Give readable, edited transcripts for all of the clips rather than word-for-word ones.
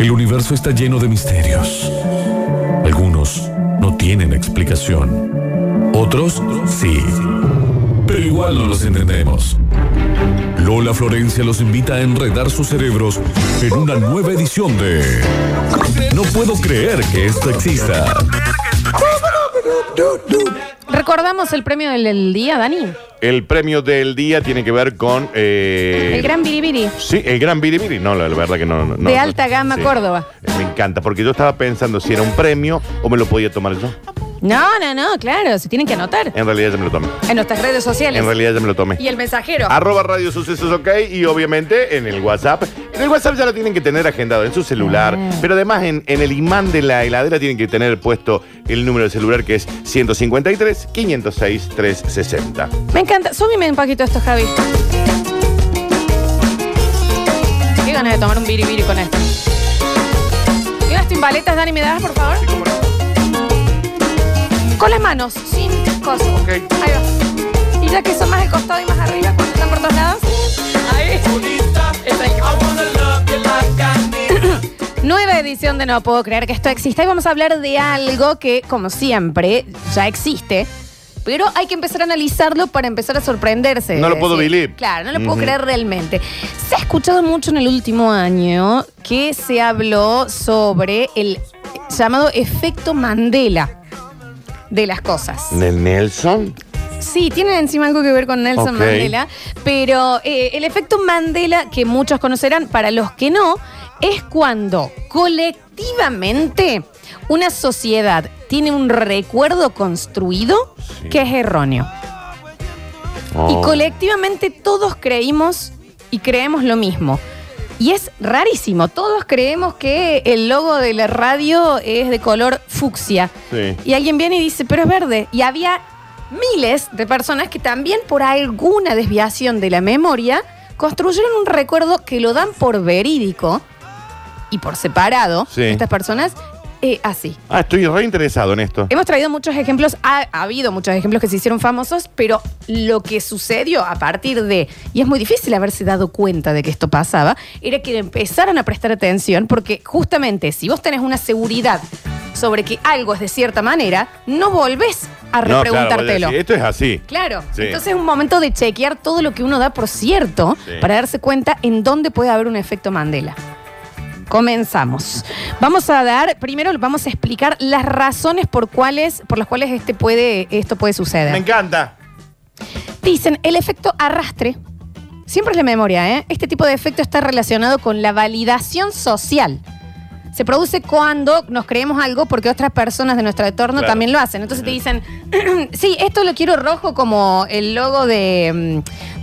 El universo está lleno de misterios. Algunos no tienen explicación. Otros sí. Pero igual no los entendemos. Lola Florencia los invita a enredar sus cerebros en una nueva edición de No puedo creer que esto exista. Recordamos el premio del día, Dani. El premio del día tiene que ver con... El Gran Biribiri. Sí, el Gran Biribiri. No, la verdad que no. De alta gama, sí. Córdoba. Me encanta, porque yo estaba pensando si era un premio o me lo podía tomar yo. No, claro, se tienen que anotar. En realidad ya me lo tomé. En nuestras redes sociales. En realidad ya me lo tomé. Y el mensajero. @Radio Sucesos OK y obviamente en el WhatsApp. En el WhatsApp ya lo tienen que tener agendado en su celular. Pero además en el imán de la heladera tienen que tener puesto el número de celular que es 153 506 360. Me encanta. Súbime un poquito esto, Javi. Qué ganas de tomar un biribiri con esto. ¿Y unas timbaletas, Dani, me das, por favor? Sí, cómo no. Con las manos, sin cosas. Ok. Ahí va. Y ya que son más de costado y más arriba cuando están por todos lados. Ahí. Nueva edición de No puedo creer que esto exista. Y vamos a hablar de algo que, como siempre, ya existe. Pero hay que empezar a analizarlo para empezar a sorprenderse. No lo puedo believe. Claro, no lo puedo creer realmente. Se ha escuchado mucho en el último año que se habló sobre el llamado efecto Mandela de las cosas. ¿De Nelson? Sí, tiene encima algo que ver con Nelson Mandela, pero el efecto Mandela, que muchos conocerán, para los que no, es cuando colectivamente una sociedad tiene un recuerdo construido que es erróneo. Y colectivamente todos creímos y creemos lo mismo. Y es rarísimo. Todos creemos que el logo de la radio es de color fucsia. Sí. Y alguien viene y dice, pero es verde. Y había miles de personas que también por alguna desviación de la memoria construyeron un recuerdo que lo dan por verídico y por separado. Sí. Estas personas así. Estoy re interesado en esto. Hemos traído muchos ejemplos, ha habido muchos ejemplos que se hicieron famosos, pero lo que sucedió a partir de, y es muy difícil haberse dado cuenta de que esto pasaba, era que empezaron a prestar atención, porque justamente si vos tenés una seguridad sobre que algo es de cierta manera, no volvés a repreguntártelo. Claro, esto es así. Claro. Sí. Entonces es un momento de chequear todo lo que uno da por cierto, Sí. para darse cuenta en dónde puede haber un efecto Mandela. Comenzamos. Primero vamos a explicar las razones por las cuales esto puede suceder. Me encanta. Dicen, el efecto arrastre, siempre es la memoria, ¿eh? Este tipo de efecto está relacionado con la validación social. Se produce cuando nos creemos algo porque otras personas de nuestro entorno también lo hacen. Entonces te dicen, sí, esto lo quiero rojo como el logo de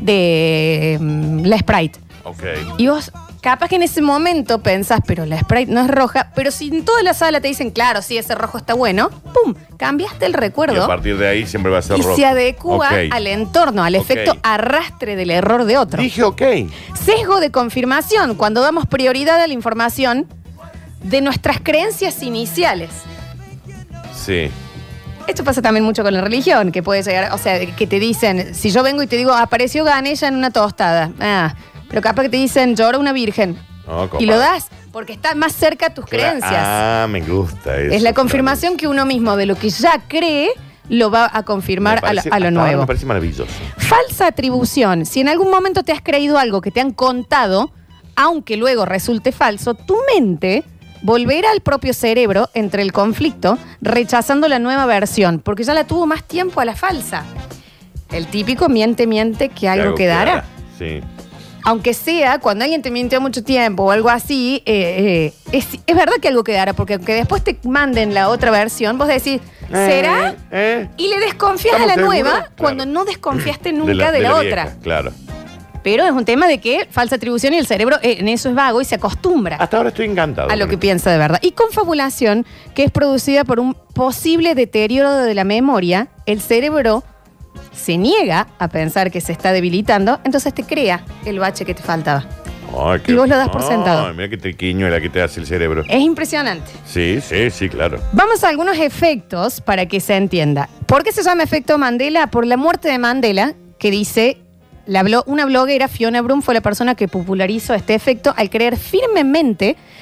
la Sprite. Ok. Y vos, capaz que en ese momento pensás, pero la Sprite no es roja, pero si en toda la sala te dicen, claro, sí, ese rojo está bueno, ¡pum! Cambiaste el recuerdo. Y a partir de ahí siempre va a ser rojo. Y se adecúa al entorno, al efecto arrastre del error de otro. Dije ok. Sesgo de confirmación, cuando damos prioridad a la información de nuestras creencias iniciales. Sí. Esto pasa también mucho con la religión, que puede llegar, o sea, que te dicen, si yo vengo y te digo, apareció Ganella en una tostada, pero capaz que te dicen, llora una virgen. No, y lo das, porque está más cerca a tus creencias. Me gusta eso. Es la confirmación que uno mismo de lo que ya cree lo va a confirmar a lo nuevo. Me parece maravilloso. Falsa atribución. Si en algún momento te has creído algo que te han contado, aunque luego resulte falso, tu mente volverá al propio cerebro entre el conflicto, rechazando la nueva versión, porque ya la tuvo más tiempo a la falsa. El típico miente que algo quedará. Sí. Aunque sea, cuando alguien te mintió mucho tiempo o algo así, es verdad que algo quedará, porque aunque después te manden la otra versión, vos decís, ¿será? Y le desconfías a la nueva cuando no desconfiaste nunca de la otra. Vieja, claro. Pero es un tema de que falsa atribución y el cerebro en eso es vago y se acostumbra Hasta ahora estoy encantado. a lo que piensa de verdad. Y confabulación, que es producida por un posible deterioro de la memoria, el cerebro se niega a pensar que se está debilitando, entonces te crea el bache que te faltaba. Y vos lo das por sentado. Mira qué triquiño es la que te hace el cerebro. Es impresionante. Sí, claro. Vamos a algunos efectos para que se entienda. ¿Por qué se llama efecto Mandela? Por la muerte de Mandela, que dice, una bloguera, Fiona Broom, fue la persona que popularizó este efecto al creer firmemente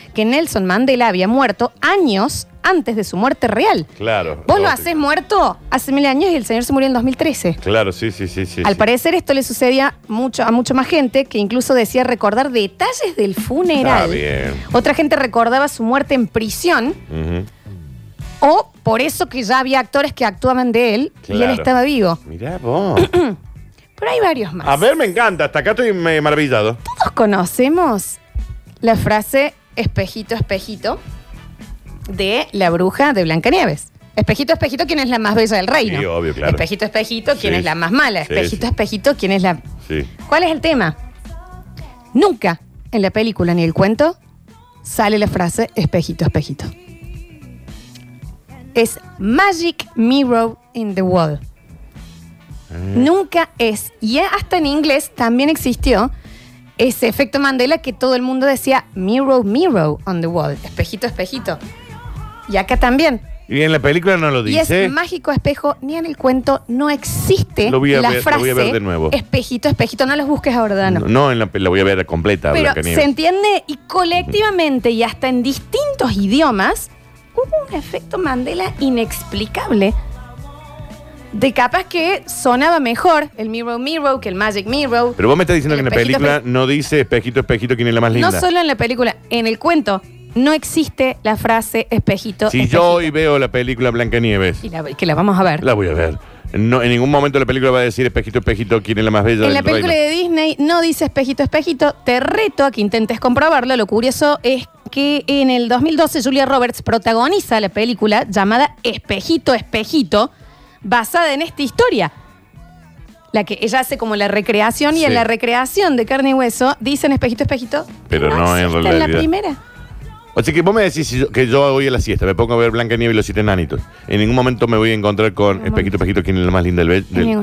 que Nelson Mandela había muerto años antes de su muerte real. Claro. Vos lo hacés muerto hace 1000 años y el señor se murió en 2013. Claro, sí. Al parecer esto le sucedía a mucho más gente que incluso decía recordar detalles del funeral. Está bien. Otra gente recordaba su muerte en prisión. O por eso que ya había actores que actuaban de él y él estaba vivo. Mirá vos. Pero hay varios más. A ver, me encanta. Hasta acá estoy maravillado. Todos conocemos la frase espejito, espejito de la bruja de Blancanieves. Espejito, espejito, ¿quién es la más bella del reino? Sí, obvio, claro. Espejito, espejito, ¿quién Sí. es la más mala? Sí, Espejito, sí. espejito, ¿quién es la...? Sí. ¿Cuál es el tema? Nunca en la película ni el cuento sale la frase espejito, espejito. Es Magic Mirror in the Wall. Nunca es. Y hasta en inglés también existió ese efecto Mandela que todo el mundo decía mirror, mirror on the wall. Espejito, espejito. Y acá también. Y en la película no lo Y dice. es mágico espejo, ni en el cuento no existe Lo voy a la ver- frase lo voy a ver de nuevo. espejito, espejito. No los busques ahora, Dano. No, la voy a ver completa. Pero Blancanieves. se entiende y colectivamente y hasta en distintos idiomas hubo un efecto Mandela inexplicable de capaz que sonaba mejor el Mirror Mirror que el Magic Mirror. Pero vos me estás diciendo que El en la espejito, película no dice espejito, espejito, ¿quién es la más linda? No solo en la película, en el cuento no existe la frase espejito, Si espejito. yo hoy veo la película Blancanieves, Y que la vamos a ver. la voy a ver. No, en ningún momento la película va a decir espejito, espejito, ¿quién es la más bella En la del película reino? de Disney no dice espejito, espejito. Te reto a que intentes comprobarlo. Lo curioso es que en el 2012 Julia Roberts protagoniza la película llamada Espejito, Espejito, basada en esta historia. La que ella hace como la recreación y Sí. en la recreación de Carne y Hueso dicen espejito, espejito. Pero no en existe realidad. la primera. O sea que vos me decís que yo voy a la siesta, me pongo a ver Blancanieves y los 7 enanitos. En ningún momento me voy a encontrar con espejito, espejito, ¿quién es la más linda del Ninguno.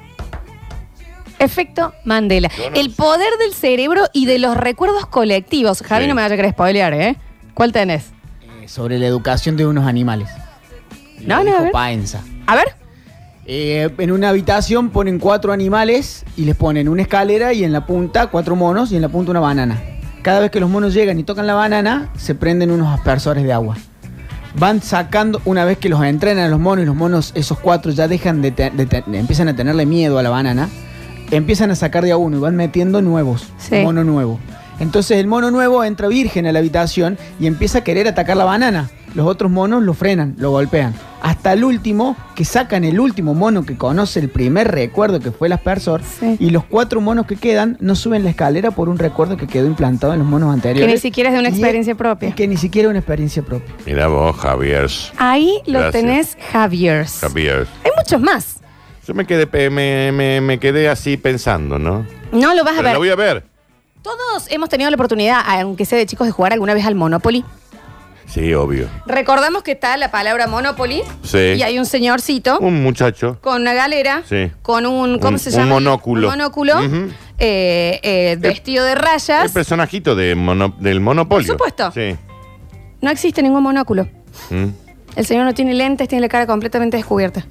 Efecto Mandela. Yo no El sé. poder del cerebro y de los recuerdos colectivos. Javi, Sí. no me vaya a querer spoilear, ¿eh? ¿Cuál tenés? Sobre la educación de unos animales. No, Lo no, a dijo ver. Paenza. A ver. En una habitación ponen 4 animales y les ponen una escalera y en la punta 4 monos y en la punta una banana. Cada vez que los monos llegan y tocan la banana, se prenden unos aspersores de agua. Van sacando, una vez que los entrenan a los monos, esos 4 ya dejan empiezan a tenerle miedo a la banana, empiezan a sacar de a uno y van metiendo nuevos, Sí. mono nuevo. Entonces el mono nuevo entra virgen a la habitación y empieza a querer atacar la banana. Los otros monos lo frenan, lo golpean. Hasta el último, que sacan el último mono que conoce el primer recuerdo que fue el aspersor. Sí. Y los 4 monos que quedan no suben la escalera por un recuerdo que quedó implantado en los monos anteriores. Que ni siquiera es de una experiencia propia. Y que ni siquiera es una experiencia propia. Mira vos, Javier. Ahí lo Gracias. tenés, Javier. Javier. Hay muchos más. Yo me quedé así pensando, ¿no? No lo vas a Pero ver. la voy a ver. Todos hemos tenido la oportunidad, aunque sea de chicos, de jugar alguna vez al Monopoly. Sí, obvio. Recordamos que está la palabra Monopoly. Sí. Y hay un señorcito Un muchacho. con una galera. Sí. Con un, ¿cómo Un- se un llama? monóculo. Un monóculo. Ujú. Vestido de El rayas. personajito del Monopolio. Por supuesto. Sí. No existe ningún monóculo. Mm. El señor no tiene lentes, tiene la cara completamente descubierta.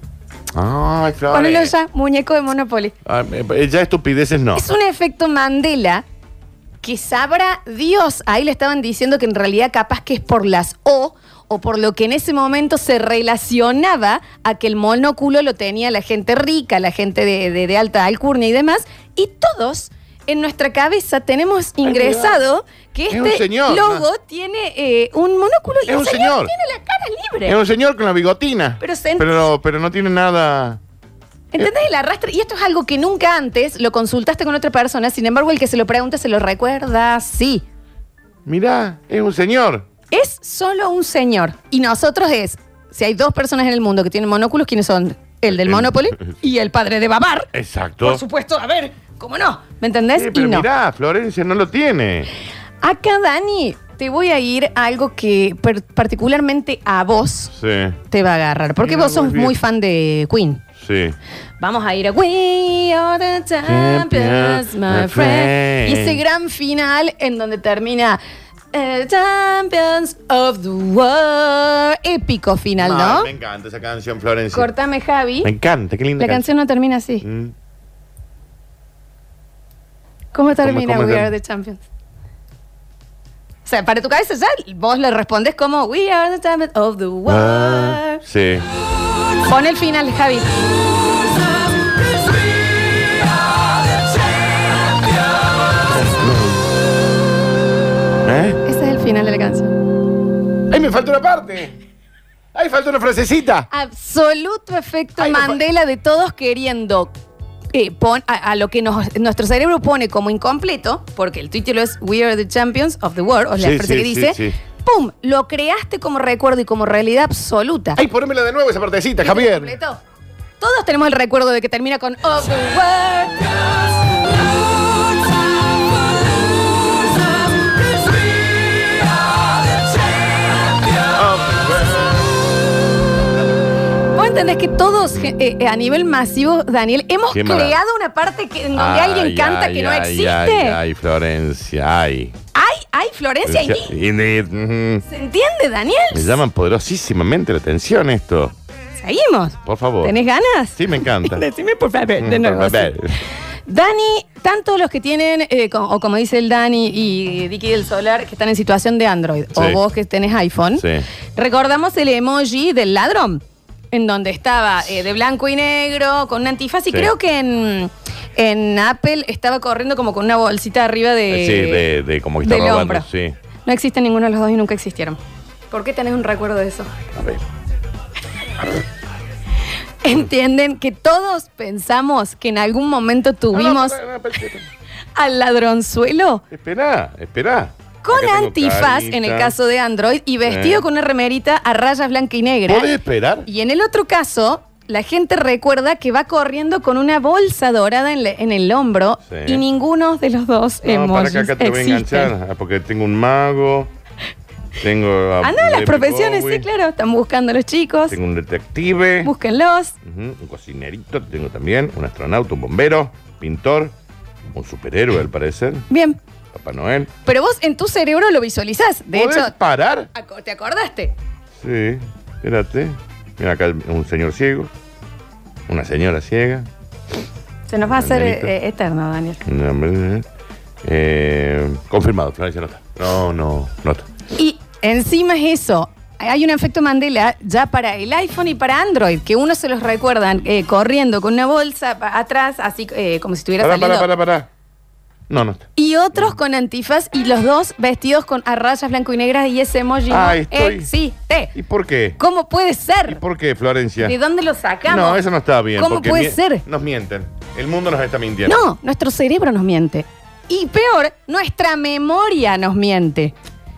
Ay, Flores. Ponelo ya, muñeco de Monopoly. Ah, ya estupideces no. Es un efecto Mandela que sabrá Dios. Ahí le estaban diciendo que en realidad capaz que es por las O por lo que en ese momento se relacionaba a que el monóculo lo tenía la gente rica, la gente de alta alcurnia y demás. Y todos en nuestra cabeza tenemos ingresado que Es un este señor, logo ¿no? tiene un monóculo y Es un señor. tiene la cara libre. Es un señor con la bigotina. Pero no tiene nada. ¿Entendés el arrastre? Y esto es algo que nunca antes lo consultaste con otra persona. Sin embargo, el que se lo pregunta se lo recuerda. Sí. Mirá, es un señor. Es solo un señor. Y nosotros si hay 2 personas en el mundo que tienen monóculos, ¿quiénes son? El del Monopoly y el padre de Babar. Exacto. Por supuesto, a ver, ¿cómo no? ¿Me entendés? Pero y no. mirá, Florencia no lo tiene. Acá, Dani, te voy a ir a algo que particularmente a vos Sí, te va a agarrar. Porque Mira, vos sos muy bien. muy fan de Queen. sí. Vamos a ir a We Are the Champions, my friend. Y ese gran final en donde termina Champions of the World. Épico final, ¿no? Me encanta esa canción, Florencia. Córtame, Javi. Me encanta, qué linda La canción no termina así. Mm. ¿Cómo termina cómo We es? Are the Champions? sea, para tu cabeza ya vos le respondes como We are the champions of the world. Sí. Pon el final, Javi. Ese es el final de la canción. ¡Ay, me falta una parte! ¡Ay, falta una frasecita! Absoluto efecto Ay, Mandela de todos queriendo a lo que nuestro cerebro pone como incompleto, porque el título es We are the champions of the world, o la frase que dice, sí. ¡pum! Lo creaste como recuerdo y como realidad absoluta. ¡Ay, ponémela de nuevo esa partecita, ¿Viste Javier! completo? Todos tenemos el recuerdo de que termina con of the world. ¿Vos entendés que todos a nivel masivo, Daniel, hemos creado una parte en donde alguien canta que no existe? Ay, Florencia, ay. Ay, Florencia, ¿Se entiende, Daniel? Me llaman poderosísimamente la atención esto. Seguimos. Por favor. ¿Tenés ganas? Sí, me encanta. Decime por favor, de nuevo. Por favor. Dani, tanto los que tienen, o como dice el Dani y Dicky del Solar, que están en situación de Android, Sí. o vos que tenés iPhone, Sí. recordamos el emoji del ladrón, en donde estaba de blanco y negro, con un antifaz, y Sí. creo que en Apple estaba corriendo como con una bolsita arriba de... de como que está del robando, hombro. sí. No existe ninguno de los dos y nunca existieron. ¿Por qué tenés un recuerdo de eso? A ver. ¿Entienden que todos pensamos que en algún momento tuvimos al ladronzuelo Espera. con Acá tengo antifaz carita. en el caso de Android y vestido con una remerita a rayas blanca y negra? ¿Podés esperar? Y en el otro caso, la gente recuerda que va corriendo con una bolsa dorada en el hombro Sí. y ninguno de los dos No, para emojis acá te lo voy a existen. enganchar. Porque tengo un mago. Tengo. a Anda, las David profesiones, Bowie, sí, claro. Están buscando a los chicos. Tengo un detective. Búsquenlos. Un cocinerito tengo también. Un astronauta, un bombero, pintor, un superhéroe al parecer. Bien. Papá Noel. Pero vos en tu cerebro lo visualizás. De ¿Podés hecho, parar? ¿te acordaste? Sí, espérate. Mira acá un señor ciego. Una señora ciega. Se nos va a hacer Danielito. eterno, Daniel. Un hombre, confirmado, Florencia, no está. No está. Y encima es eso. Hay un efecto Mandela ya para el iPhone y para Android, que uno se los recuerdan corriendo con una bolsa atrás, así como si estuviera saliendo. Pará. No está. Y otros con antifaz y los dos vestidos con a rayas blanco y negras y ese emoji no estoy. existe. ¿Y por qué? ¿Cómo puede ¿Y ser? por qué, Florencia? ¿De dónde lo sacamos? No, eso no está bien. ¿Cómo porque puede ser? Nos mienten. El mundo nos está mintiendo. No, nuestro cerebro nos miente. Y peor, nuestra memoria nos miente.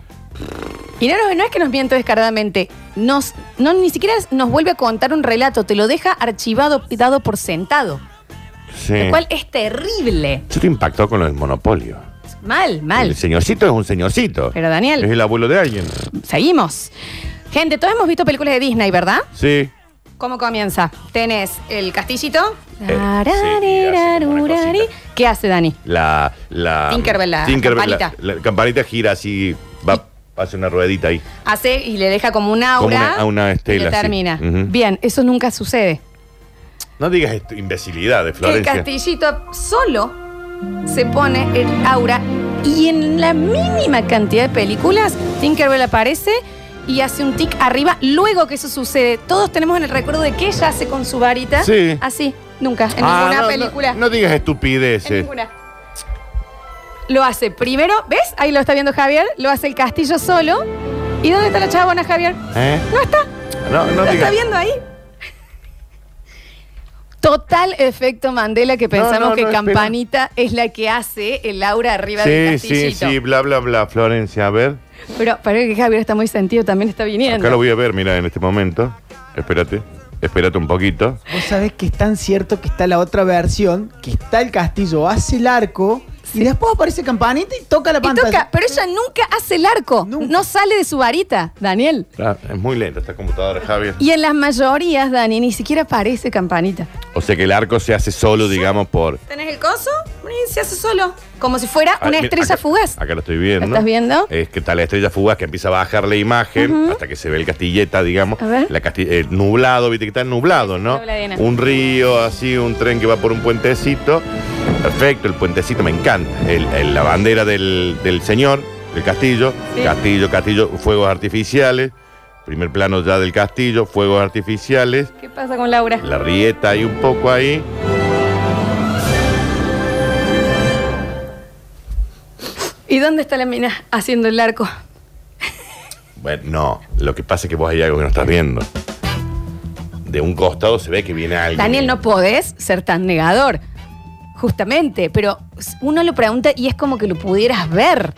Y no es que nos miente descaradamente. Ni siquiera nos vuelve a contar un relato. Te lo deja archivado y dado por sentado. Sí. Lo cual es terrible. Eso te impactó con lo del monopolio. Mal. El señorcito es un señorcito. Pero Daniel, Es el abuelo de alguien. seguimos. Gente, todos hemos visto películas de Disney, ¿verdad? Sí. ¿Cómo comienza? Tenés el castillito. Sí, y hace como una cosita. ¿Qué hace Dani? La Tinkerbell, la campanita. La campanita gira así, hace una ruedita ahí. Hace y le deja como un aura. Como una estela, Y le sí. termina. Ujú. Bien, eso nunca sucede. No digas esto, imbecilidad de El Florencia. castillito solo se pone el aura y en la mínima cantidad de películas Tinkerbell aparece y hace un tic arriba. Luego que eso sucede, todos tenemos en el recuerdo de que ella hace con su varita. Sí. Así, nunca, en ninguna no, película. No digas En estupideces. ninguna. Lo hace primero, ¿ves? Ahí lo está viendo Javier. Lo hace el castillo solo. ¿Y dónde está la chabona, Javier? No está. No ¿Lo está digas. viendo ahí? Total efecto Mandela que pensamos no, que espera. Campanita es la que hace el aura arriba del Sí, castillito. sí, bla, bla, Florencia, a ver. Pero parece que Javier está muy sentido, también está viniendo. Acá lo voy a ver, mira, en este momento. Espérate un poquito. Vos sabés que es tan cierto que está la otra versión, que está el castillo, hace el arco, y después aparece Campanita y toca la Y pantalla. toca, pero ella nunca hace el arco. Nunca. No sale de su varita, Daniel. Es muy lenta esta computadora, Javier. Y en las mayorías, Dani, ni siquiera aparece Campanita. O sea que el arco se hace solo, digamos, por... ¿Tenés el coso? Y se hace solo. Como si fuera una mira, estrella acá- fugaz. Acá lo estoy viendo. ¿Lo estás viendo? Es que está la estrella fugaz que empieza a bajar la imagen hasta que se ve el castilleta, digamos. A ver. Nublado, viste que está nublado, ¿no? Nubladina. Un río, así, un tren que va por un puentecito. Perfecto, el puentecito me encanta. La bandera del señor El castillo, Sí. castillo, fuegos artificiales. Primer plano ya del castillo, fuegos artificiales. ¿Qué pasa con Laura? La rieta hay un poco ahí. ¿Y dónde está la mina haciendo el arco? Bueno, no. Lo que pasa es que vos hay algo que no estás viendo. De un costado se ve que viene alguien. Daniel, no podés ser tan negador. Justamente, pero uno lo pregunta y es como que lo pudieras ver.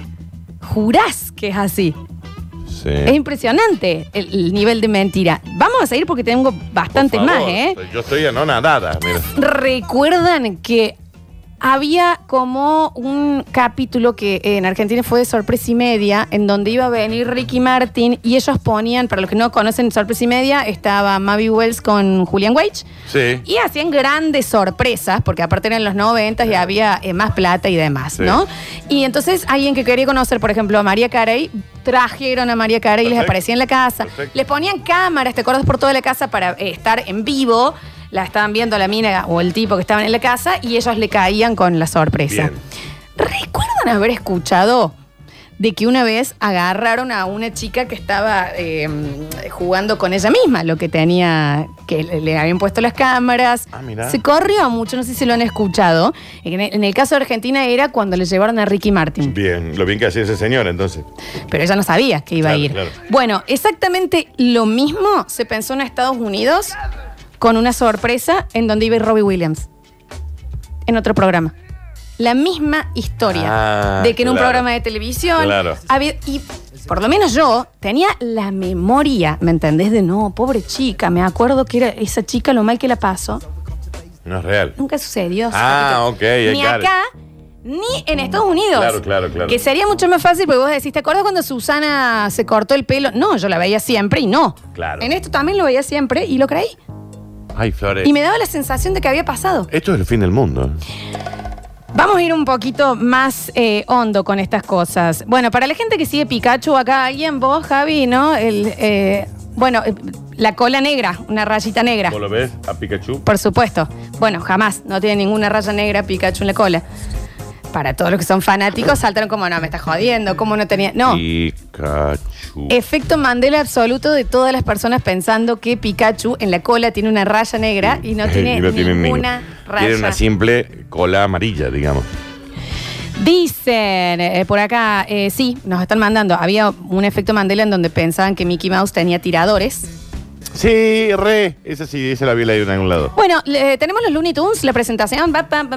Jurás que es así. Sí. Es impresionante el nivel de mentira. Vamos a seguir porque tengo bastantes Por más, favor, ¿eh? Yo estoy anonadada, mira. ¿Recuerdan que había como un capítulo que en Argentina fue de Sorpresa y Media, en donde iba a venir Ricky Martin y ellos ponían, para los que no conocen Sorpresa y Media, estaba Mavi Wells con Julian Wage Sí. y hacían grandes sorpresas, porque aparte eran los 90 y había más plata y demás, Sí. ¿no? Y entonces alguien que quería conocer, por ejemplo, a María Carey, trajeron a María Carey y les Perfecto. aparecía en la casa. Perfecto. Les ponían cámaras, ¿te acuerdas? Por toda la casa para estar en vivo. La estaban viendo la mina o el tipo que estaban en la casa y ellos le caían con la sorpresa. Bien. ¿Recuerdan haber escuchado de que una vez agarraron a una chica que estaba jugando con ella misma, lo que tenía, que le habían puesto las cámaras? Ah, mirá. Se corrió mucho, no sé si lo han escuchado. En el caso de Argentina era cuando le llevaron a Ricky Martin. Bien, lo bien que hacía ese señor, entonces. Pero ella no sabía que iba Claro, a ir. claro. Bueno, exactamente lo mismo se pensó en Estados Unidos con una sorpresa en donde iba a ir Robbie Williams. En otro programa. La misma historia. Ah, de que en un claro. programa de televisión Claro. y por lo menos yo tenía la memoria, ¿me entendés? De no, pobre chica, me acuerdo que era esa chica lo mal que la pasó. No es real. Nunca sucedió. Ah, ok, Ni got it. acá, ni en Estados Unidos. Claro. Que sería mucho más fácil porque vos decís, ¿te acuerdas cuando Susana se cortó el pelo? No, yo la veía siempre y no. Claro. En esto también lo veía siempre y lo creí. Ay, Flores. Y me daba la sensación de que había pasado. Esto es el fin del mundo. Vamos a ir un poquito más hondo con estas cosas. Bueno, para la gente que sigue Pikachu, acá alguien, vos, Javi, ¿no? La cola negra, una rayita negra. ¿Vos lo ves a Pikachu? Por supuesto. Bueno, jamás. No tiene ninguna raya negra Pikachu en la cola. Para todos los que son fanáticos, saltaron como, no, me estás jodiendo, ¿cómo no tenía? No. Pikachu. Efecto Mandela absoluto de todas las personas pensando que Pikachu en la cola tiene una raya negra y no tiene Y no tiene ninguna raya. Tiene una simple cola amarilla, digamos. Dicen por acá, sí, nos están mandando. Había un efecto Mandela en donde pensaban que Mickey Mouse tenía tiradores. Sí, esa la vi leído en algún lado. Bueno, tenemos los Looney Tunes, la presentación.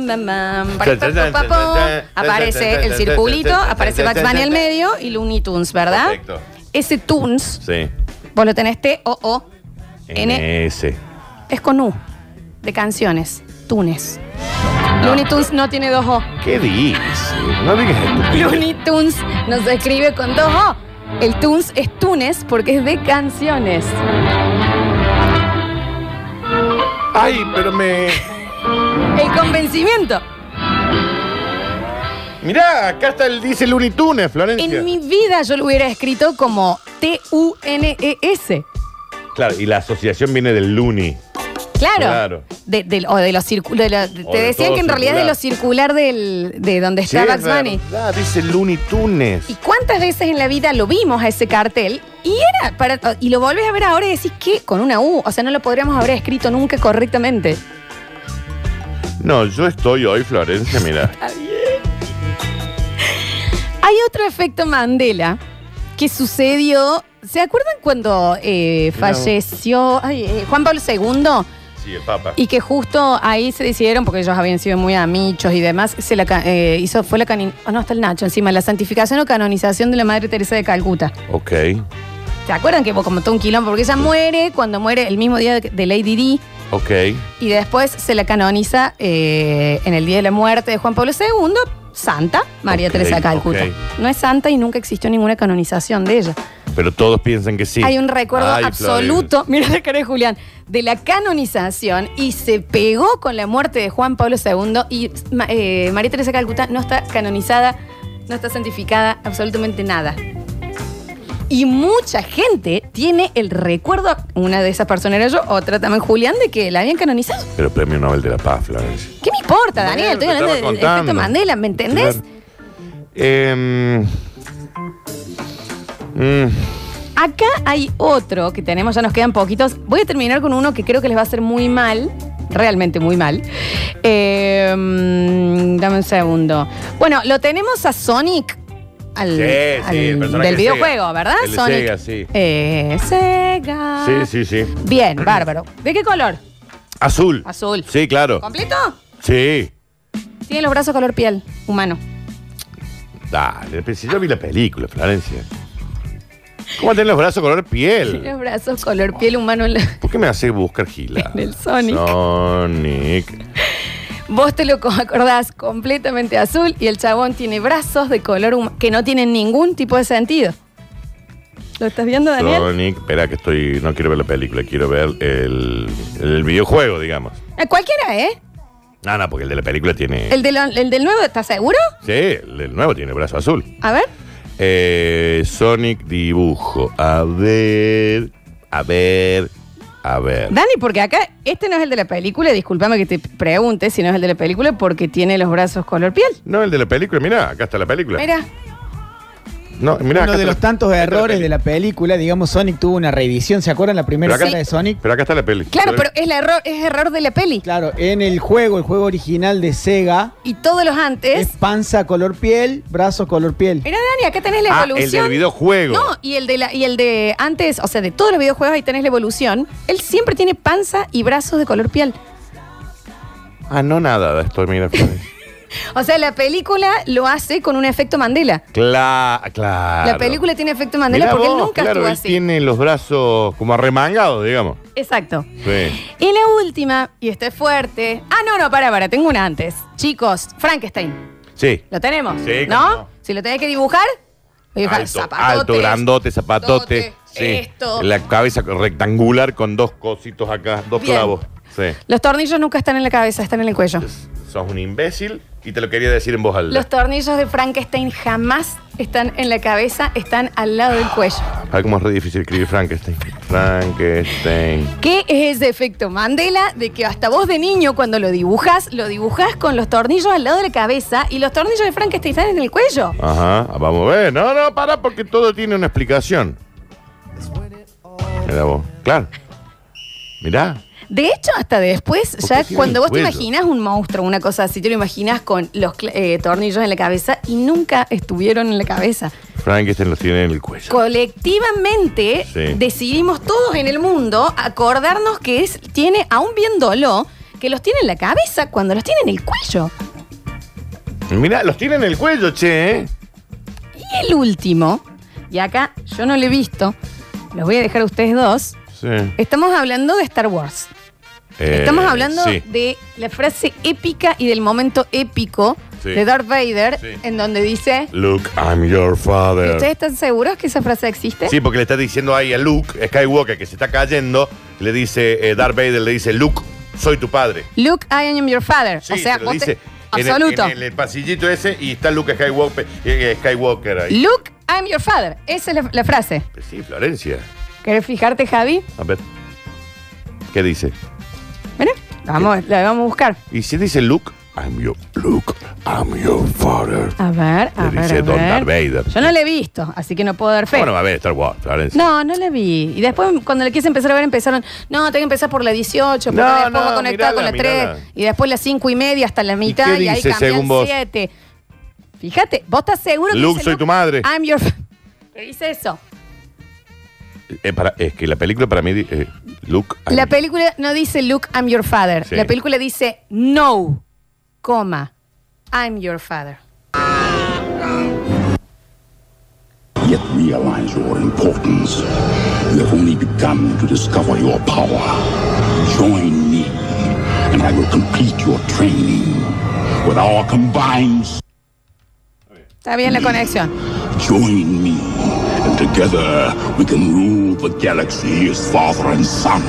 Aparece el circulito, aparece Bugs Bunny al medio y Looney Tunes, ¿verdad? Perfecto. Ese Tunes, Sí. vos lo tenés T-O-O-N, NS. es con U, de canciones, Tunes. Looney Tunes no tiene dos O. ¿Qué dices? No digas estupidez. Looney Tunes no se escribe con dos O. El Tunes es Tunes porque es de canciones. Ay, pero El convencimiento. Mirá, acá está dice Looney Tunes, Florencia. En mi vida yo lo hubiera escrito como T-U-N-E-S. Claro, y la asociación viene del Looney. Claro. O de los circulares. O Te de decían todo que en realidad es de circular. lo circular de donde está Sí, Bugs Bunny. verdad, dice Looney Tunes. ¿Y cuántas veces en la vida lo vimos a ese cartel? Y lo volvés a ver ahora y decís que con una U. O sea, no lo podríamos haber escrito nunca correctamente. No, yo estoy hoy, Florencia, mira. Hay otro efecto Mandela que sucedió. ¿Se acuerdan cuando falleció Juan Pablo II? Sí, el Papa. Y que justo ahí se decidieron, porque ellos habían sido muy amichos y demás, está el Nacho encima, la santificación o canonización de la Madre Teresa de Calcuta. Ok. ¿Se acuerdan que como todo un quilombo? Porque ella muere cuando muere el mismo día de Lady Di Ok. y después se la canoniza en el día de la muerte de Juan Pablo II, Santa María Ok, Teresa de Calcuta. ok. No es santa y nunca existió ninguna canonización de ella. Pero todos piensan que sí. Hay un recuerdo Ay, absoluto, mira la cara de Julián, de la canonización y se pegó con la muerte de Juan Pablo II y María Teresa de Calcuta no está canonizada, no está santificada, absolutamente nada. Y mucha gente tiene el recuerdo, una de esas personas era yo, otra también Julián, de que la habían canonizado. Pero Premio Nobel de la Paz, Florencia. ¿Qué me importa, Daniel? Bueno, Estoy te hablando estaba del contando. efecto Mandela, ¿me entendés? Claro. Acá hay otro que tenemos, ya nos quedan poquitos. Voy a terminar con uno que creo que les va a hacer muy mal. Realmente muy mal. Dame un segundo. Bueno, lo tenemos a Sonic. El personaje del videojuego, Sega. ¿verdad? El de Sonic. Sega, sí. Sega. Sí. Bien, bárbaro. ¿De qué color? Azul. Azul. Sí, claro. ¿Completo? Sí. Tiene los brazos color piel, humano. Dale, pero si yo vi la película, Florencia. ¿Cómo tienen los brazos color piel? Los brazos color piel humano ¿Por qué me hace buscar gila? en el Sonic. Sonic. Vos te lo acordás completamente azul y el chabón tiene brazos de color que no tienen ningún tipo de sentido. ¿Lo estás viendo, Daniel? Sonic, espera que no quiero ver la película, quiero ver el videojuego, digamos. Cualquiera, ¿eh? No, porque el de la película tiene... ¿El del nuevo, estás seguro? Sí, el del nuevo tiene brazo azul. A ver. Sonic dibujo. A ver. Dani, porque acá este no es el de la película, discúlpame que te pregunte si no es el de la película porque tiene los brazos color piel. No, el de la película, mirá, acá está la película. Mira. No, mirá, Uno de los tantos errores de la película, digamos, Sonic tuvo una reedición. ¿Se acuerdan la primera escena de Sonic? Pero acá está la peli. Claro, pero es error de la peli. Claro, en el juego original de Sega, Y todos los antes. es panza color piel, brazo color piel. Mira, Dani, acá tenés la evolución. El del videojuego. No, y el de antes, o sea, de todos los videojuegos ahí tenés la evolución. Él siempre tiene panza y brazos de color piel. No nada de esto, mira. O sea, la película lo hace con un efecto Mandela. Claro. La película tiene efecto Mandela Mirá porque vos, él nunca claro, estuvo él así. tiene los brazos como arremangados, digamos. Exacto. Sí. Y la última, y esta es fuerte. No, para, tengo una antes. Chicos, Frankenstein. Sí. ¿Lo tenemos? Sí, ¿No? cómo no. Si lo tenés que dibujar, Alto, grandote, zapatote. Sí. Esto. La cabeza rectangular con dos cositos acá, dos Bien. clavos. Sí. Los tornillos nunca están en la cabeza, están en el cuello. Sos un imbécil y te lo quería decir en voz alta. Los tornillos de Frankenstein jamás están en la cabeza, están al lado del cuello. Ay, cómo es re difícil escribir Frankenstein. Frankenstein. ¿Qué es ese efecto Mandela de que hasta vos de niño cuando lo dibujás con los tornillos al lado de la cabeza y los tornillos de Frankenstein están en el cuello? Ajá, vamos a ver. No, para porque todo tiene una explicación. Mirá vos. Claro. Mirá. De hecho, hasta después, ¿Por ya qué tiene cuando el vos te cuello? imaginas un monstruo, una cosa así, te lo imaginas con los tornillos en la cabeza y nunca estuvieron en la cabeza. Frankenstein los tiene en el cuello. Colectivamente Sí. decidimos todos en el mundo acordarnos que tiene, aún viéndolo, que los tiene en la cabeza cuando los tiene en el cuello. Mirá, los tiene en el cuello, che, ¿eh? Y el último, y acá yo no lo he visto, los voy a dejar a ustedes dos. Sí. Estamos hablando de Star Wars. Estamos hablando sí. de la frase épica y del momento épico Sí. de Darth Vader, Sí. en donde dice... Luke, I'm your father. ¿Ustedes están seguros que esa frase existe? Sí, porque le está diciendo ahí a Luke, Skywalker, que se está cayendo, le dice, Darth Vader le dice, Luke, soy tu padre. Luke, I am your father. Sí, o sea, te lo dice absoluto. en el pasillito ese y está Luke Skywalker ahí. Luke, I am your father. Esa es la frase. Pues sí, Florencia. ¿Querés fijarte, Javi? A ver. ¿Qué dice? Mira, la vamos a buscar. Y si dice Luke, I'm your father. A ver, Le dice a Don ver. Darth Vader. Yo no la he visto, así que no puedo dar fe. Bueno, va a ver Star Wars, Florencia. No la vi. Y después, cuando la quise empezar a ver, empezaron, no, tengo que empezar por la 18, porque No, después no, voy a conectar con la mirala. 3, y después la 5:30 hasta la mitad, qué y ahí dice cambié según al vos? 7. Fíjate, ¿vos estás seguro que Luke, dice soy tu madre. I'm your... ¿Qué dice eso? Es que la película para mí, Luke. La película no dice Luke, I'm your father. Sí. La película dice no, coma, I'm your father. Yet realize your importance. You have only begun to discover your power. Join me, and I will complete your training. With our combined Está bien la conexión. join me, and together we can rule the galaxy as father and son.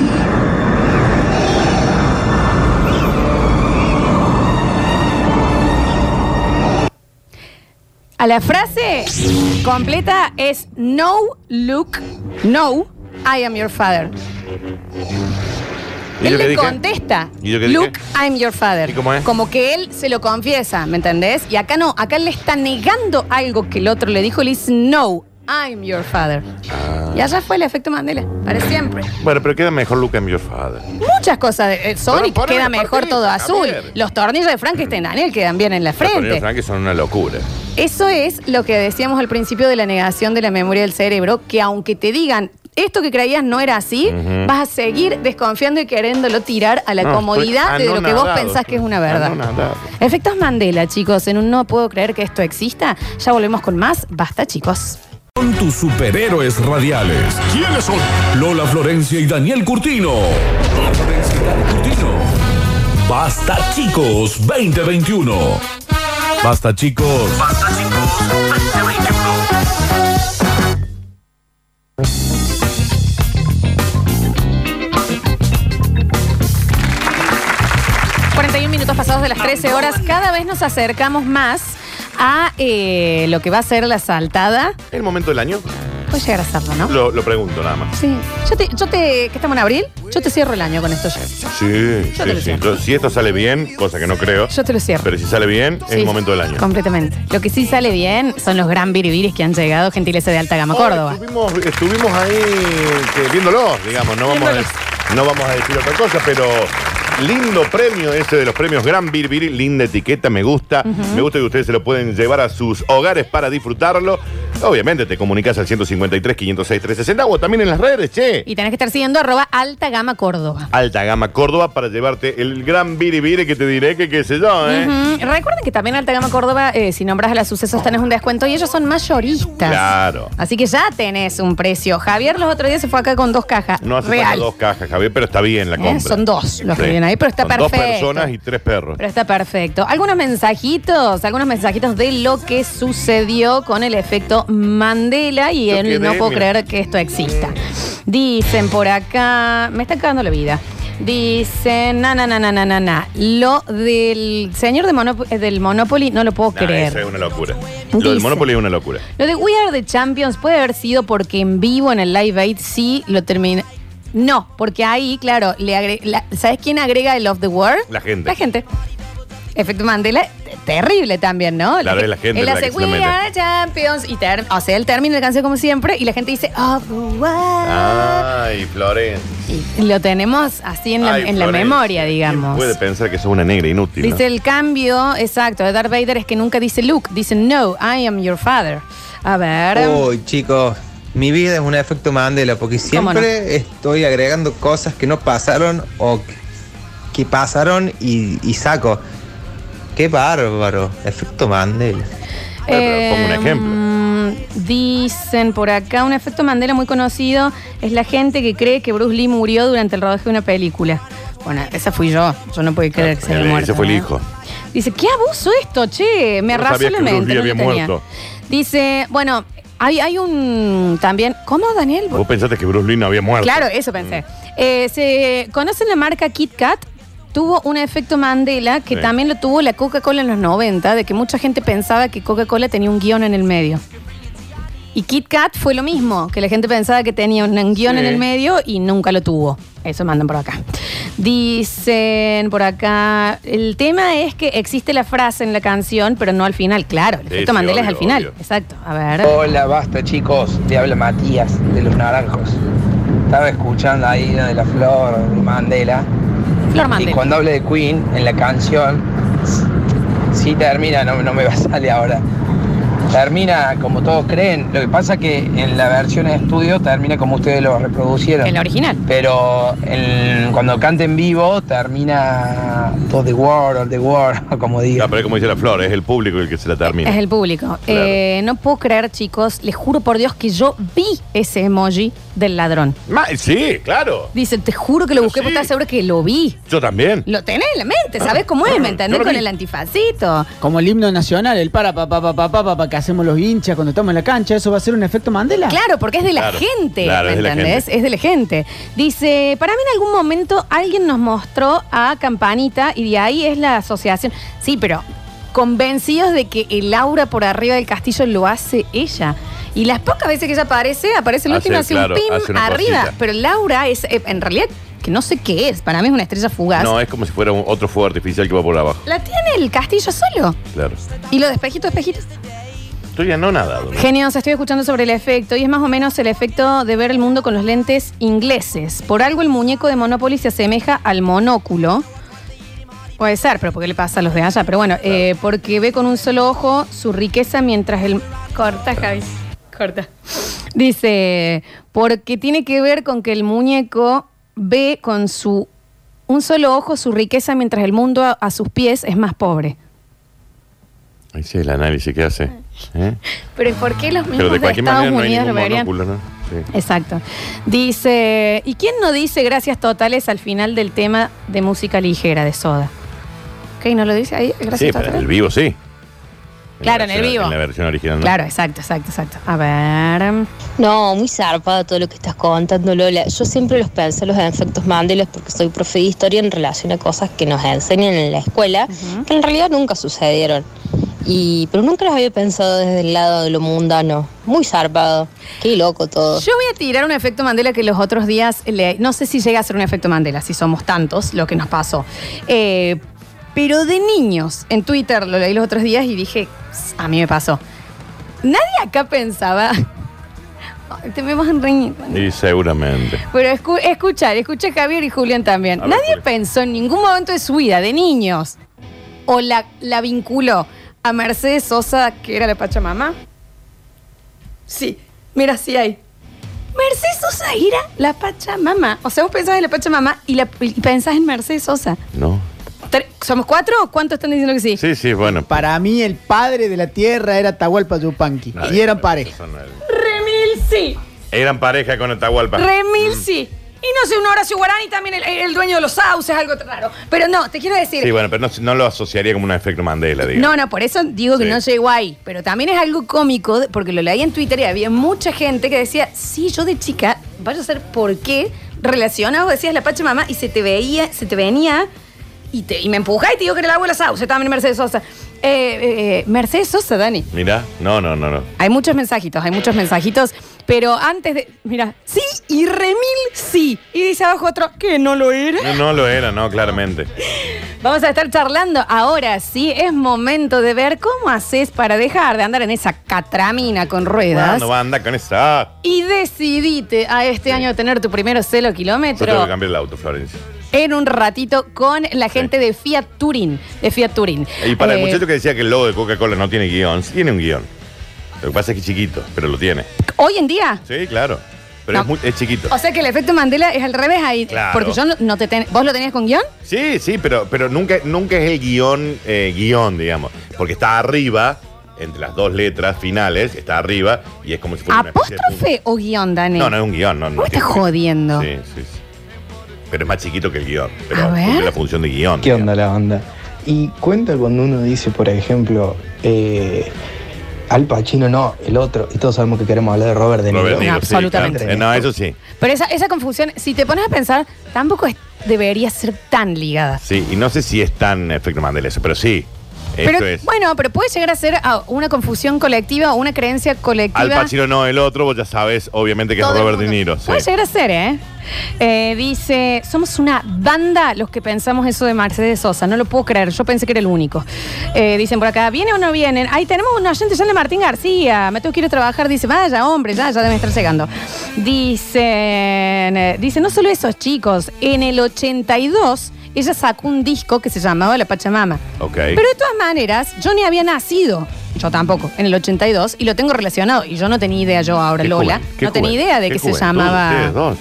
A la frase completa es no, Luke, no, I am your father. ¿Y Él yo qué le dije? contesta, ¿Y yo qué dije? Luke, I'm your father. ¿Y cómo es? Como que él se lo confiesa, ¿me entendés? Y acá no, acá él le está negando algo que el otro le dijo, le dice, no, I'm your father. Y allá fue el efecto Mandela, para siempre. Bueno, pero queda mejor Luke and Your Father. Muchas cosas de Sonic Pero poneme queda la mejor partita, todo azul. Javier. Los tornillos de Frankenstein Daniel quedan bien en la Los tornillos frente. Frank son una locura. Eso es lo que decíamos al principio de la negación de la memoria del cerebro, que aunque te digan esto que creías no era así, vas a seguir desconfiando y queriéndolo tirar a la No, comodidad estoy de lo que vos anonadado. pensás que es una verdad. Anonadado. Efectos Mandela, chicos, en un no puedo creer que esto exista. Ya volvemos con más. Basta, chicos. Con tus superhéroes radiales. ¿Quiénes son? Lola Florencia y Daniel Curtino. Lola Florencia y Daniel Curtino. Basta, chicos, 2021. Basta, chicos. Basta, chicos, 2021. 41 minutos pasados de las 13 horas. Cada vez nos acercamos más a lo que va a ser la saltada. ¿El momento del año? Puede llegar a serlo, ¿no? Lo pregunto nada más. Sí. ¿Qué estamos en abril? Yo te cierro el año con esto ya. Sí, Yo te lo sí. cierro. Si esto sale bien, cosa que no creo, Yo te lo cierro. pero si sale bien, es Sí, el momento del año. Completamente. Lo que sí sale bien son los gran biribiris que han llegado, gentileza de Alta Gama Córdoba. Estuvimos ahí viéndolos, digamos. No vamos a decir otra cosa, pero lindo premio ese de los premios Gran Biribiri. Linda etiqueta, me gusta. Me gusta que ustedes se lo pueden llevar a sus hogares para disfrutarlo. Obviamente te comunicas al 153 506 360 o también en las redes, che. Y tenés que estar siguiendo @Alta Gama Córdoba. Alta Gama Córdoba para llevarte el Gran Biribiri que te diré que qué sé yo, ¿eh? Recuerden que también Alta Gama Córdoba, si nombras a las Sucesos, tenés un descuento y ellos son mayoristas. Claro. Así que ya tenés un precio. Javier los otros días se fue acá con 2 cajas. No hace Real. falta 2 cajas, Javier, pero está bien la compra. Son 2 los que Sí. vienen ahí, pero está Son perfecto. 2 personas y 3 perros. Pero está perfecto. Algunos mensajitos de lo que sucedió con el efecto Mandela y Yo él quedé, no puedo mira. creer que esto exista. Dicen por acá, me está cagando la vida. Dicen, lo del señor del Monopoly no lo puedo Nah, creer. eso es una locura. Lo Dice. del Monopoly es una locura. Lo de We Are the Champions puede haber sido porque en vivo en el Live Aid sí lo termina. No, porque ahí, claro, ¿sabes quién agrega el of the world? La gente. La gente. Efecto Mandela, terrible también, ¿no? Claro, es la gente Él la hace que se lo We mete. Are the Champions y él termina la canción como siempre y la gente dice of the world. Ay, Florencia. Y lo tenemos así en la Florencia. memoria, ¿Quién digamos. puede pensar que sos una negra inútil, Dice ¿no? el cambio, exacto, de Darth Vader es que nunca dice Luke, dice no, I am your father. A ver. Uy, chicos, mi vida es un efecto Mandela porque ¿Cómo no? siempre estoy agregando cosas que no pasaron o que pasaron y saco. Qué bárbaro, efecto Mandela. Pero pongo un ejemplo. Dicen por acá, un efecto Mandela muy conocido es la gente que cree que Bruce Lee murió durante el rodaje de una película. Bueno, esa fui yo no puedo creer que se haya muerto. Ese fue el ¿eh? hijo. Dice, ¿qué abuso esto, che? Me No arrasó sabía la que Bruce mente. Lee no lo había tenía. muerto. Dice, bueno, hay un también. ¿Cómo, Daniel? Vos pensaste que Bruce Lee no había muerto. Claro, eso pensé. ¿Se conocen la marca Kit Kat? Tuvo un efecto Mandela que Sí. también lo tuvo la Coca-Cola en los 90, de que mucha gente pensaba que Coca-Cola tenía un guión en el medio. Y Kit Kat fue lo mismo, que la gente pensaba que tenía un guión Sí. en el medio y nunca lo tuvo. Eso mandan por acá. Dicen por acá, el tema es que existe la frase en la canción, pero no al final. Claro, el Sí, efecto sí, Mandela es obvio, al final. obvio. Exacto. A ver. Hola, basta chicos, te habla Matías de Los Naranjos. Estaba escuchando ahí de la flor de Mandela Flor y Mandela. cuando hable de Queen en la canción, sí termina, no me va a salir ahora. Termina como todos creen, lo que pasa que en la versión de estudio termina como ustedes lo reproducieron. En la original. Pero cuando canta en vivo termina todo the world, como No, diga. pero es como dice la Flor, es el público el que se la termina. Es el público. Claro. No puedo creer, chicos, les juro por Dios que yo vi ese emoji del ladrón. Sí, claro. Dice, te juro que lo Pero busqué sí. porque estás seguro que lo vi. Yo también. Lo tenés en la mente, ¿sabes cómo es? ¿Me entendés? Yo lo Con vi. el antifacito. Como el himno nacional, el pa que hacemos los hinchas cuando estamos en la cancha, ¿eso va a ser un efecto Mandela? Claro, porque es de la Claro. gente, Claro, ¿me es de la entendés? gente. Es de la gente. Dice, para mí en algún momento alguien nos mostró a Campanita y de ahí es la asociación. Sí, pero convencidos de que el aura por arriba del castillo lo hace ella. Y las pocas veces que ella aparece el Hace, último hace claro, un pim hace una arriba. cosita. Pero Laura es, en realidad, que no sé qué es. Para mí es una estrella fugaz. No, es como si fuera otro fuego artificial que va por abajo. La tiene el castillo solo. Claro. Y lo de espejitos. Estoy anonadado. Genios, estoy escuchando sobre el efecto y es más o menos el efecto de ver el mundo con los lentes ingleses. Por algo el muñeco de Monopoly se asemeja al monóculo. Puede ser, pero ¿por qué le pasa a los de allá? Pero bueno, porque ve con un solo ojo su riqueza mientras el... Corta, Javi, corta. Dice, porque tiene que ver con que el muñeco ve con un solo ojo su riqueza mientras el mundo a sus pies es más pobre. Ese es el análisis que hace. Pero ¿por qué los mismos Pero de cualquier Estados manera no hay Unidos lo ningún verían? monóculo, ¿no? Sí. Exacto. Dice, ¿y quién no dice gracias totales al final del tema de música ligera de Soda? ¿Ok? ¿No lo dice ahí? Gracias Sí, pero totales. en el vivo sí. Claro, en el vivo. En la versión original no. Claro, exacto. A ver. No, muy zarpado todo lo que estás contando, Lola. Yo siempre los pensé los efectos Mandela porque soy profe de historia en relación a cosas que nos enseñan en la escuela, que en realidad nunca sucedieron. Pero nunca los había pensado desde el lado de lo mundano. Muy zarpado. Qué loco todo. Yo voy a tirar un efecto Mandela que los otros días, no sé si llega a ser un efecto Mandela, si somos tantos, lo que nos pasó. Pero de niños, en Twitter lo leí los otros días y dije, a mí me pasó. Nadie acá pensaba... Te me vas a reír. Y seguramente. Pero escucha Javier y Julián también. A ver, Nadie Julián. pensó en ningún momento de su vida, de niños, o la vinculó a Mercedes Sosa, que era la Pachamama. Sí, mira, sí hay. Mercedes Sosa era la Pachamama. O sea, vos pensás en la Pachamama y pensás en Mercedes Sosa. No. ¿Somos 4 o cuántos están diciendo que sí? Sí, bueno. Para mí, el padre de la tierra era Atahualpa Yupanqui. Nadie, Y eran pero pareja. eso no era. Remil sí. Eran pareja con Atahualpa. Remil sí. Y no sé, un Horacio Guarani también el dueño de los sauces, algo raro. Pero no, te quiero decir... Sí, bueno, pero no lo asociaría como un efecto Mandela, digamos. No, por eso digo que Sí. no llegó ahí. Pero también es algo cómico, porque lo leí en Twitter y había mucha gente que decía, sí, yo de chica, vaya a ser por qué relacionado, decías la Pachamama y se te venía y me empujaba y te digo que era la abuela Sauce, también Mercedes Sosa. Mercedes Sosa, Dani. Mira, no. Hay muchos mensajitos, pero antes de... Mira, sí y remil sí. Y dice abajo otro, que no lo era. No lo era, no, claramente. Vamos a estar charlando ahora, sí, es momento de ver cómo haces para dejar de andar en esa catramina con ruedas. ¿Cuándo va a andar con esa? Y decidite a este año tener tu primero 0 Yo tengo kilómetro que cambiar el auto, Florencia. en un ratito con la gente de Fiat Touring. Y para el muchacho que decía que el logo de Coca-Cola no tiene guión, sí tiene un guión. Lo que pasa es que es chiquito, pero lo tiene. Hoy en día... Sí, claro. Pero No. es chiquito. O sea que el efecto Mandela es al revés ahí. Claro. Porque yo no te ¿Vos lo tenías con guión? Sí, pero nunca es el guión, digamos. Porque está arriba, entre las dos letras finales, está arriba y es como si fuera una especie de ¿Apóstrofe o guión, Dani? punto. No es un guión, no. ¿Vos me estás tiene- jodiendo? Sí. Pero es más chiquito que el guión. A Pero ver. cumple la función de guión. ¿Qué onda la onda? Y cuenta cuando uno dice, por ejemplo, Al Pacino no, el otro, y todos sabemos que queremos hablar de Robert De Niro. Robert De Niro, No, sí, absolutamente. claro. No, eso sí. Pero esa confusión, si te pones a pensar, tampoco debería ser tan ligada. Sí, y no sé si es tan efecto Mandela eso, pero sí. Esto Pero es. bueno, pero puede llegar a ser una confusión colectiva o una creencia colectiva. Al Pacino no, el otro, vos ya sabes, obviamente, que es Todo el Robert De mundo. Niro. Sí. Puede llegar a ser, dice, somos una banda los que pensamos eso de Mercedes Sosa. No lo puedo creer, yo pensé que era el único. Dicen por acá, ¿viene o no vienen? Ahí tenemos un oyente, ya de Martín García. Me tengo que ir a trabajar. Dice, vaya, hombre, ya deben estar llegando. Dicen, no solo esos chicos, en el 82 ella sacó un disco que se llamaba La Pachamama. Ok. Pero de todas maneras, yo ni había nacido, yo tampoco, en el 82, y lo tengo relacionado. Y yo no tenía idea, yo ahora, Qué Lola, juventud, qué no tenía juventud, idea de qué que se juventud, llamaba... ustedes dos.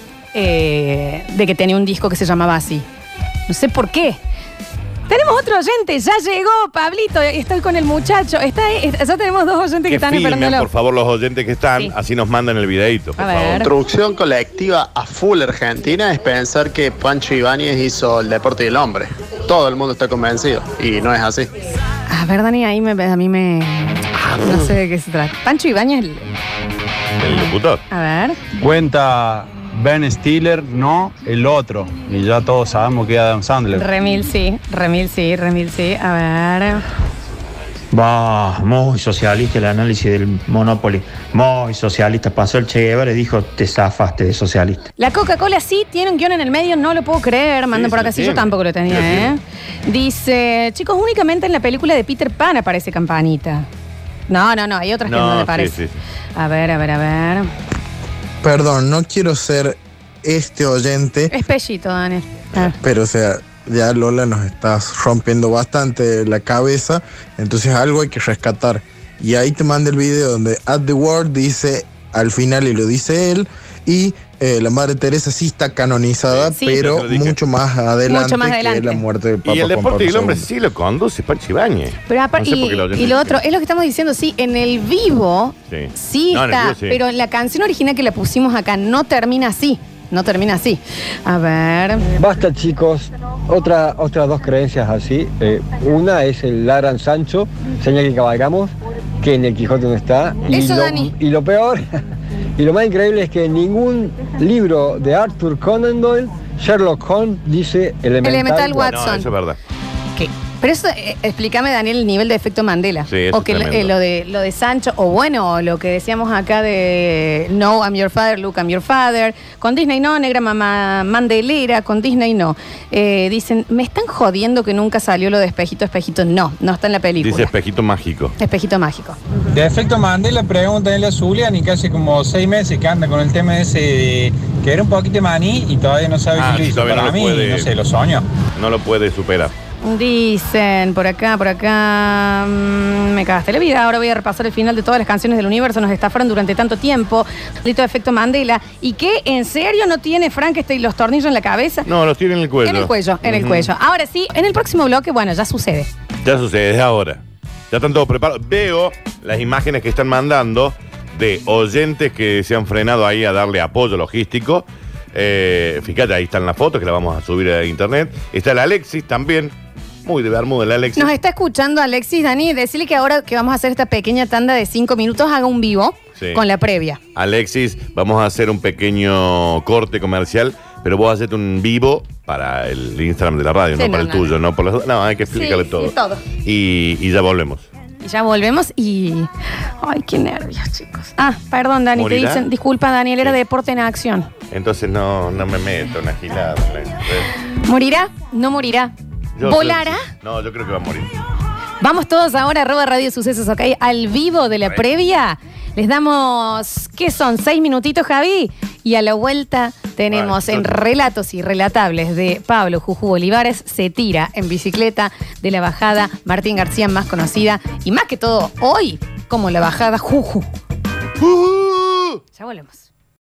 de que tenía un disco que se llamaba así. No sé por qué. Tenemos otro oyente, ya llegó, Pablito, estoy con el muchacho. Ya tenemos dos oyentes que Que están filmen, esperándolo. por favor, los oyentes que están, Sí. así nos mandan el videito, por A favor. ver. Construcción colectiva a full argentina es pensar que Pancho Ibáñez hizo el deporte del hombre. Todo el mundo está convencido y no es así. A ver, Dani, a mí me... No sé de qué se trata. Pancho Ibáñez... El locutor. A ver. Cuenta Ben Stiller, no el otro. Y ya todos sabemos que es Adam Sandler. Remil sí. A ver. Va, muy socialista el análisis del Monopoly. Muy socialista. Pasó el Che Guevara y dijo, te zafaste de socialista. La Coca-Cola sí tiene un guión en el medio, no lo puedo creer. Mandan por acá, sí, yo tampoco lo tenía, Dice, chicos, únicamente en la película de Peter Pan aparece Campanita. No, hay otras que no le aparece. Sí. A ver. Perdón, no quiero ser este oyente. Es pellito, Daniel. Pero, o sea, ya Lola nos está rompiendo bastante la cabeza, entonces algo hay que rescatar. Y ahí te manda el video donde At the Word dice al final, y lo dice él, y la Madre Teresa sí está canonizada, pero mucho más adelante que la muerte del Papa. Y el Juan deporte y el Pablo hombre II. sí lo conduce Pancho Ibáñez. Pero y lo otro, es lo que estamos diciendo, sí, en el vivo sí No, está, en el vivo sí. pero la canción original que la pusimos acá no termina así. A ver. Basta, chicos. Otras dos creencias así. Una es el Ladran Sancho, señal que cabalgamos, que en el Quijote no está. Eso, Dani. Y lo peor, y lo más increíble es que en ningún libro de Arthur Conan Doyle, Sherlock Holmes dice Elemental Watson. No, eso es verdad. Pero eso, explícame, Daniel, el nivel de efecto Mandela. Sí, eso o que es lo de Sancho, o bueno, lo que decíamos acá de No, I'm your father, Luke, I'm your father. Con Disney no, negra mamá mandelera, con Disney no. Dicen, me están jodiendo que nunca salió lo de espejito. No está en la película. Dice espejito mágico. Espejito mágico. De efecto Mandela, pregúntale a Zulian y que hace como 6 meses que anda con el tema ese de que era un poquito de maní y todavía no sabe si lo hizo. Para no mí, puede, no sé, lo soñó. No lo puede superar. Dicen, por acá, me cagaste la vida, ahora voy a repasar el final de todas las canciones del universo, nos estafaron durante tanto tiempo, maldito efecto Mandela, ¿y qué? ¿En serio no tiene Frankenstein los tornillos en la cabeza? No, los tiene en el cuello. En el cuello. Ahora sí, en el próximo bloque, bueno, ya sucede. Ya sucede, es ahora. Ya están todos preparados. Veo las imágenes que están mandando de oyentes que se han frenado ahí a darle apoyo logístico. Fíjate, ahí están las fotos que las vamos a subir a internet. Está el Alexis también. Muy de Bermuda el Alexis. Nos está escuchando Alexis, Dani, decirle que ahora que vamos a hacer esta pequeña tanda de 5 minutos, haga un vivo con la previa. Alexis, vamos a hacer un pequeño corte comercial, pero vos hacete un vivo para el Instagram de la radio, no para el tuyo, no por los... No, hay que explicarle todo. Sí, todo. Y ya volvemos. Y ya volvemos y... Ay, qué nervios, chicos. Perdón, Dani, ¿Morirá? te dicen... Disculpa, Daniel, era deporte en acción. Entonces no me meto en una gilada. ¿Morirá? No morirá. ¿Volará? No, yo creo que va a morir. Vamos todos ahora, @Radio Sucesos, ¿ok? Al vivo de la previa. Les damos, ¿qué son? 6 minutitos, Javi. Y a la vuelta tenemos en Relatos Irrelatables de Pablo Juju Olivares, se tira en bicicleta de la bajada Martín García, más conocida, y más que todo hoy, como la bajada Juju. Ya volvemos.